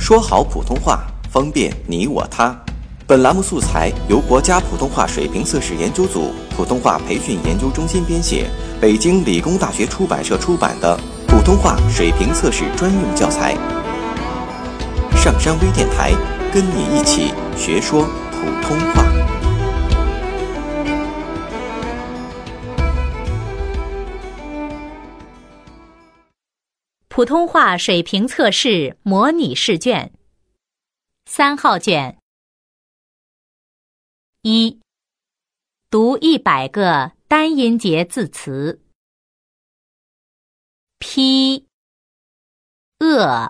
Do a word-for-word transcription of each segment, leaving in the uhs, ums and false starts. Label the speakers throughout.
Speaker 1: 说好普通话，方便你我他。本栏目素材由国家普通话水平测试研究组普通话培训研究中心编写，北京理工大学出版社出版的普通话水平测试专用教材。上山微电台，跟你一起学说普通话。
Speaker 2: 普通话水平测试模拟试卷，三号卷。一、读一百个单音节字词。批、鄂、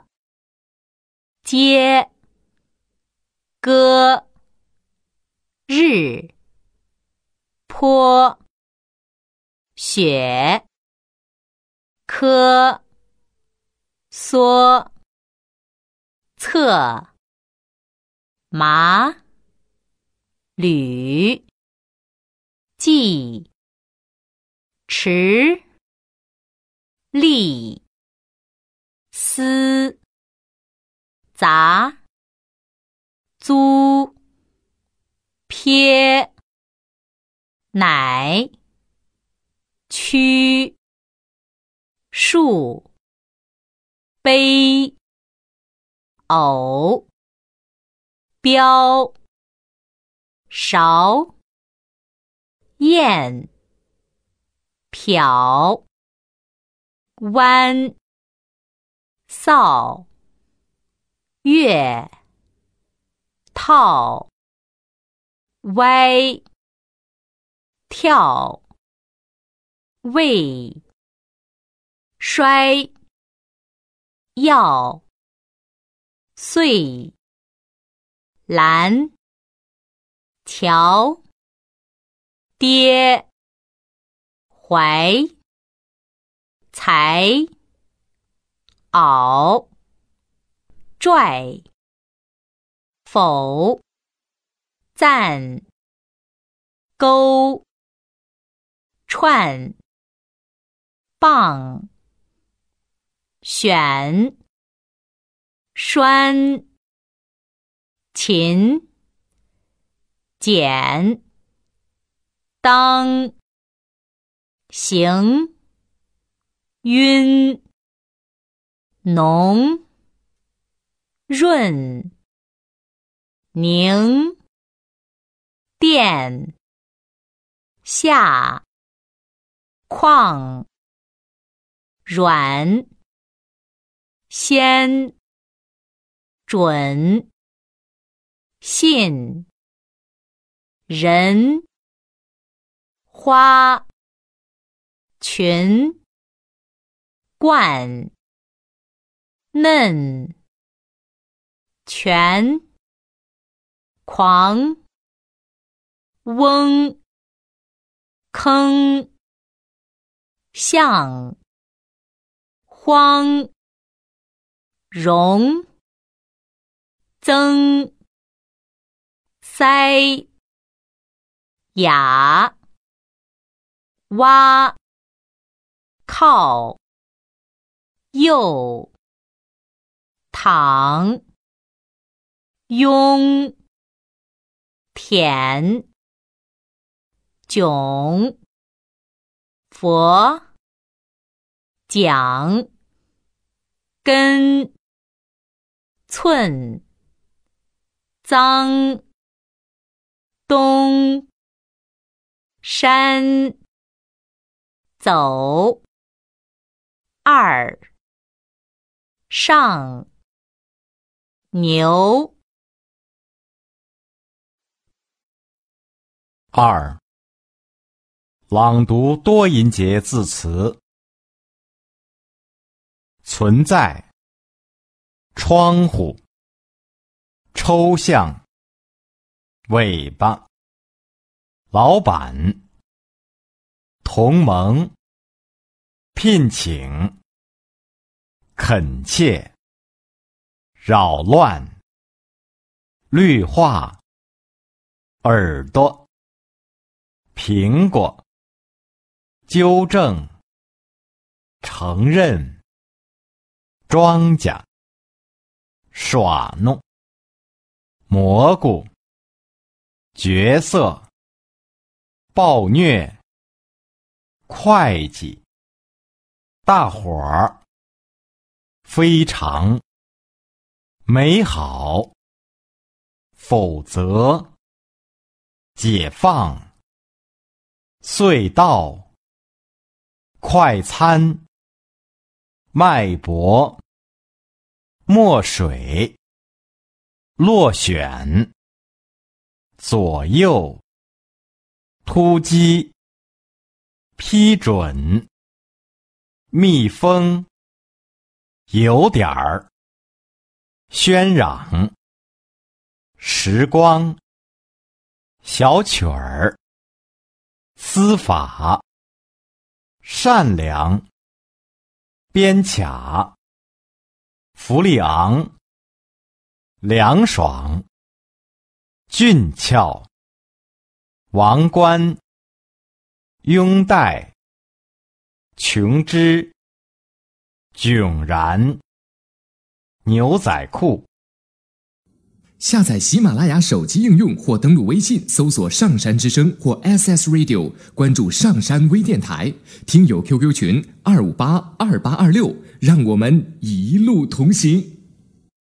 Speaker 2: 接、歌、日、坡、雪、科、梭、策、麻、履、记、持、力、思、杂、租、撇、乃、屈、数、悲、偶、标、勺、砚、漂、弯、扫、月、套、歪、跳、位、摔、要、碎、拦、桥、跌、怀、才、袄、拽、否、赞、勾、串、棒、选、栓、琴、剪、当、行、晕、浓、润、凝、电、下、况、软、先、准、信、人、花、群、冠、嫩、全、狂、翁、坑、象、荒、容、增、塞、雅、挖、靠、右、躺、拥、舔、囧、佛、讲、根、寸、脏、东、山、走、二、上、牛。
Speaker 3: 二、朗读多音节字词。存在、窗户、抽象、尾巴、老板、同盟、聘请、恳切、扰乱、绿化、耳朵、苹果、纠正、承认、庄稼、 耍弄。蘑菇，角色，暴虐，会计，大伙儿，非常，美好，否则，解放，隧道，快餐，脉搏，墨水，落选，左右，突击，批准，蜜蜂，有点儿，喧嚷，时光，小曲儿，司法，善良，边卡，弗利昂，凉爽，俊俏，王冠，拥戴，琼枝，迥然，牛仔裤。
Speaker 4: 下载喜马拉雅手机应用或登录微信搜索上山之声或 S S Radio， 关注上山微电台，听友 Q Q 群二五八二八二六，让我们一路同行。